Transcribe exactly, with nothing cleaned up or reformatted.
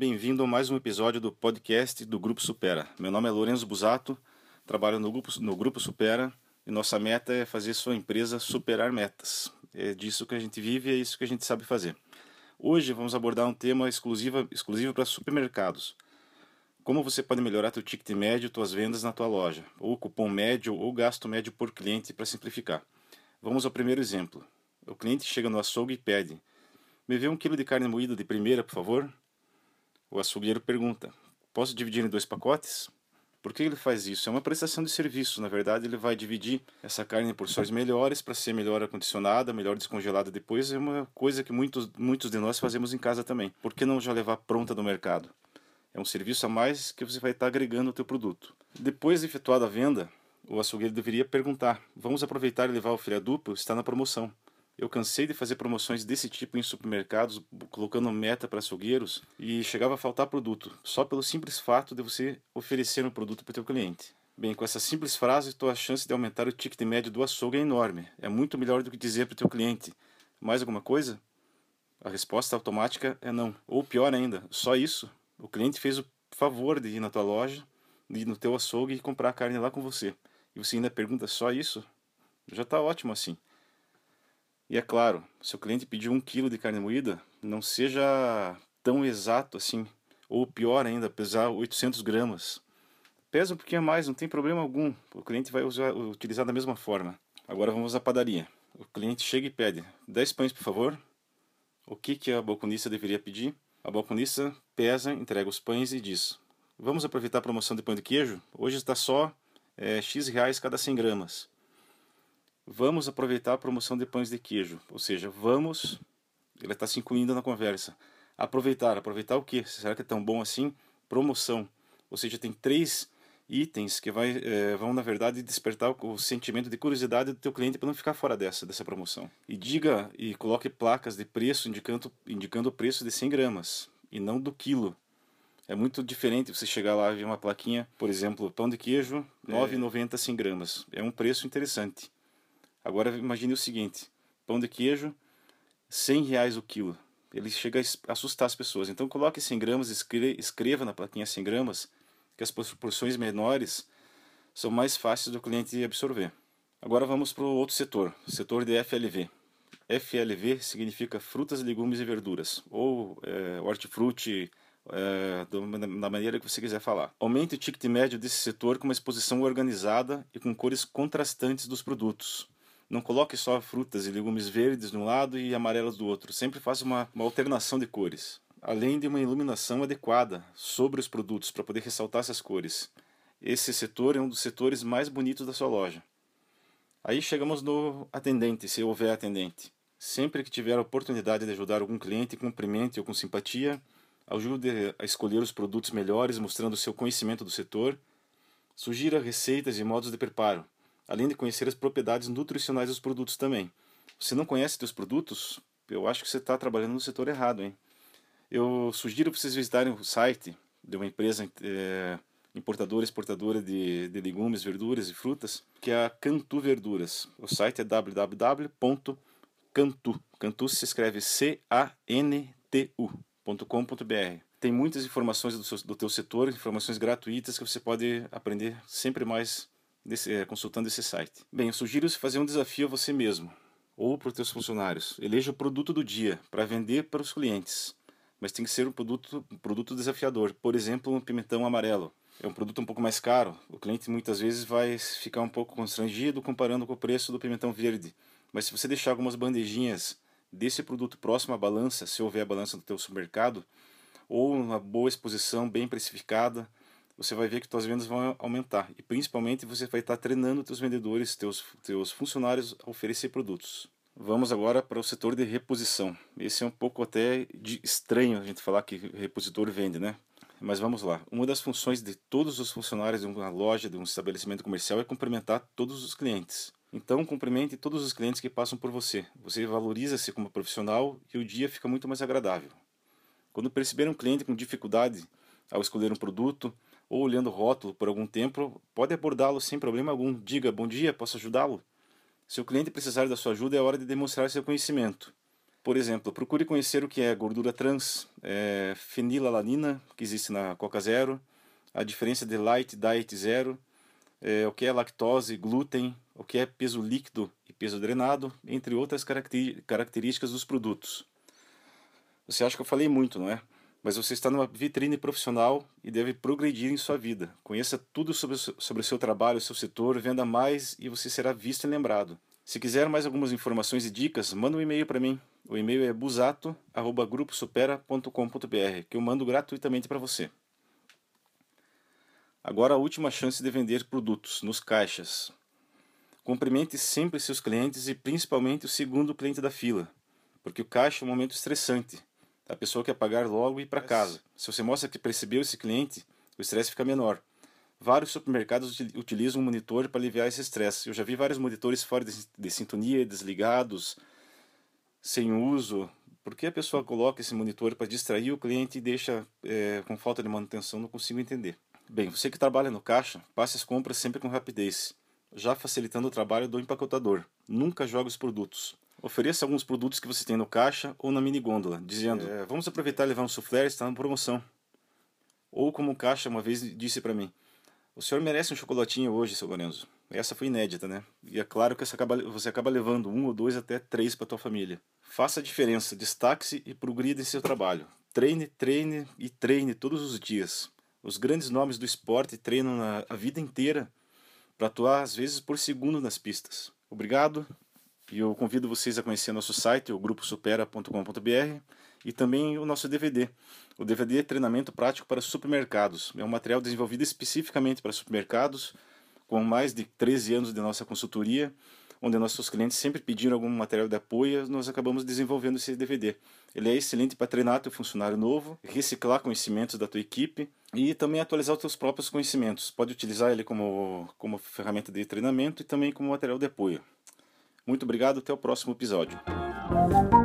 bem-vindo a mais um episódio do podcast do Grupo Supera. Meu nome é Lorenzo Busato, trabalho no Grupo, no Grupo Supera e nossa meta é fazer sua empresa superar metas. É disso que a gente vive e é isso que a gente sabe fazer. Hoje vamos abordar um tema exclusivo, exclusivo para supermercados. Como você pode melhorar teu ticket médio, tuas vendas na tua loja, ou cupom médio ou gasto médio por cliente para simplificar. Vamos ao primeiro exemplo. O cliente chega no açougue e pede: me vê um quilo de carne moída de primeira, por favor? O açougueiro pergunta: posso dividir em dois pacotes? Por que ele faz isso? É uma prestação de serviço. Na verdade, ele vai dividir essa carne em porções melhores para ser melhor acondicionada, melhor descongelada depois. É uma coisa que muitos, muitos de nós fazemos em casa também. Por que não já levar pronta do mercado? É um serviço a mais que você vai estar agregando ao teu produto. Depois de efetuada a venda, o açougueiro deveria perguntar: vamos aproveitar e levar o filé duplo? Está na promoção. Eu cansei de fazer promoções desse tipo em supermercados, colocando meta para açougueiros, e chegava a faltar produto, só pelo simples fato de você oferecer um produto para o teu cliente. Bem, com essa simples frase, tua chance de aumentar o ticket médio do açougue é enorme. É muito melhor do que dizer para o teu cliente: mais alguma coisa? A resposta automática é não. Ou pior ainda, só isso. O cliente fez o favor de ir na tua loja, de ir no teu açougue e comprar a carne lá com você. E você ainda pergunta: só isso? Já está ótimo assim. E é claro, se o cliente pedir um quilo de carne moída, não seja tão exato assim, ou pior ainda, pesar oitocentos gramas. Pesa um pouquinho a mais, não tem problema algum, o cliente vai usar, utilizar da mesma forma. Agora vamos à padaria. O cliente chega e pede: dez pães, por favor. O que, que a balconista deveria pedir? A balconista pesa, entrega os pães e diz: vamos aproveitar a promoção de pão de queijo? Hoje está só é, X reais cada cem gramas. Vamos aproveitar a promoção de pães de queijo. Ou seja, vamos... Ele está se incluindo na conversa. Aproveitar. Aproveitar o quê? Será que é tão bom assim? Promoção. Ou seja, tem três itens que vai, é, vão, na verdade, despertar o, o sentimento de curiosidade do teu cliente para não ficar fora dessa, dessa promoção. E diga e coloque placas de preço indicando, indicando o preço de cem gramas e não do quilo. É muito diferente você chegar lá e ver uma plaquinha, por exemplo, pão de queijo, nove reais e noventa centavos cem gramas. É um preço interessante. Agora imagine o seguinte: pão de queijo, cem reais o quilo. Ele chega a assustar as pessoas. Então coloque cem gramas, escreva na plaquinha cem gramas, que as porções menores são mais fáceis do cliente absorver. Agora vamos para o outro setor, setor de F L V. F L V significa frutas, legumes e verduras, ou é, hortifruti, é, da maneira que você quiser falar. Aumente o ticket médio desse setor com uma exposição organizada e com cores contrastantes dos produtos. Não coloque só frutas e legumes verdes de um lado e amarelos do outro. Sempre faça uma, uma alternação de cores. Além de uma iluminação adequada sobre os produtos para poder ressaltar essas cores. Esse setor é um dos setores mais bonitos da sua loja. Aí chegamos no atendente, se houver atendente. Sempre que tiver a oportunidade de ajudar algum cliente, cumprimente-o com simpatia. Ajude a escolher os produtos melhores, mostrando seu conhecimento do setor. Sugira receitas e modos de preparo, além de conhecer as propriedades nutricionais dos produtos também. Se não conhece seus produtos, eu acho que você está trabalhando no setor errado, hein? Eu sugiro vocês visitarem o site de uma empresa é, importadora e exportadora de, de legumes, verduras e frutas, que é a Cantu Verduras. O site é w w w ponto cantu, Cantu se escreve C A N T U, ponto com ponto b r. Tem muitas informações do, seu, do teu setor, informações gratuitas que você pode aprender sempre mais Desse, é, consultando esse site. Bem, eu sugiro você fazer um desafio a você mesmo ou para os teus funcionários. Eleja o produto do dia para vender para os clientes, mas tem que ser um produto, um produto desafiador. Por exemplo, um pimentão amarelo. É um produto um pouco mais caro. O cliente muitas vezes vai ficar um pouco constrangido comparando com o preço do pimentão verde. Mas se você deixar algumas bandejinhas desse produto próximo à balança, se houver a balança do teu supermercado, ou uma boa exposição bem precificada, você vai ver que suas vendas vão aumentar. E principalmente você vai estar treinando teus vendedores, teus, teus funcionários a oferecer produtos. Vamos agora para o setor de reposição. Esse é um pouco até de estranho a gente falar que repositor vende, né? Mas vamos lá. Uma das funções de todos os funcionários de uma loja, de um estabelecimento comercial, é cumprimentar todos os clientes. Então, cumprimente todos os clientes que passam por você. Você valoriza-se como profissional e o dia fica muito mais agradável. Quando perceber um cliente com dificuldade ao escolher um produto, ou olhando o rótulo por algum tempo, pode abordá-lo sem problema algum. Diga: bom dia, posso ajudá-lo? Se o cliente precisar da sua ajuda, é hora de demonstrar seu conhecimento. Por exemplo, procure conhecer o que é gordura trans, é, fenilalanina, que existe na Coca Zero, a diferença de Light Diet Zero, é, o que é lactose, glúten, o que é peso líquido e peso drenado, entre outras caracter características dos produtos. Você acha que eu falei muito, não é? Mas você está numa vitrine profissional e deve progredir em sua vida. Conheça tudo sobre o seu, sobre o seu trabalho, o seu setor, venda mais e você será visto e lembrado. Se quiser mais algumas informações e dicas, manda um e-mail para mim. O e-mail é busato arroba grupo supera ponto com ponto br, que eu mando gratuitamente para você. Agora a última chance de vender produtos, nos caixas. Cumprimente sempre seus clientes e principalmente o segundo cliente da fila, porque o caixa é um momento estressante. A pessoa quer pagar logo e ir para casa. Se você mostra que percebeu esse cliente, o estresse fica menor. Vários supermercados utilizam um monitor para aliviar esse estresse. Eu já vi vários monitores fora de, de sintonia, desligados, sem uso. Por que a pessoa coloca esse monitor para distrair o cliente e deixa é, com falta de manutenção? Não consigo entender. Bem, você que trabalha no caixa, passe as compras sempre com rapidez, já facilitando o trabalho do empacotador. Nunca jogue os produtos. Ofereça alguns produtos que você tem no caixa ou na mini gôndola, dizendo, é, vamos aproveitar e levar um soufflé, está na promoção. Ou como o caixa uma vez disse para mim, o senhor merece um chocolatinho hoje, seu Lorenzo. Essa foi inédita, né? E é claro que você acaba, você acaba levando um ou dois até três para a tua família. Faça a diferença, destaque-se e progrida em seu trabalho. Treine, treine e treine todos os dias. Os grandes nomes do esporte treinam a, a vida inteira para atuar às vezes por segundo nas pistas. Obrigado. E eu convido vocês a conhecer nosso site, o grupo supera ponto com ponto br, e também o nosso D V D. O D V D é treinamento prático para supermercados. É um material desenvolvido especificamente para supermercados, com mais de treze anos de nossa consultoria, onde nossos clientes sempre pediram algum material de apoio, nós acabamos desenvolvendo esse D V D. Ele é excelente para treinar teu funcionário novo, reciclar conhecimentos da tua equipe e também atualizar os teus próprios conhecimentos. Pode utilizar ele como, como ferramenta de treinamento e também como material de apoio. Muito obrigado, até o próximo episódio.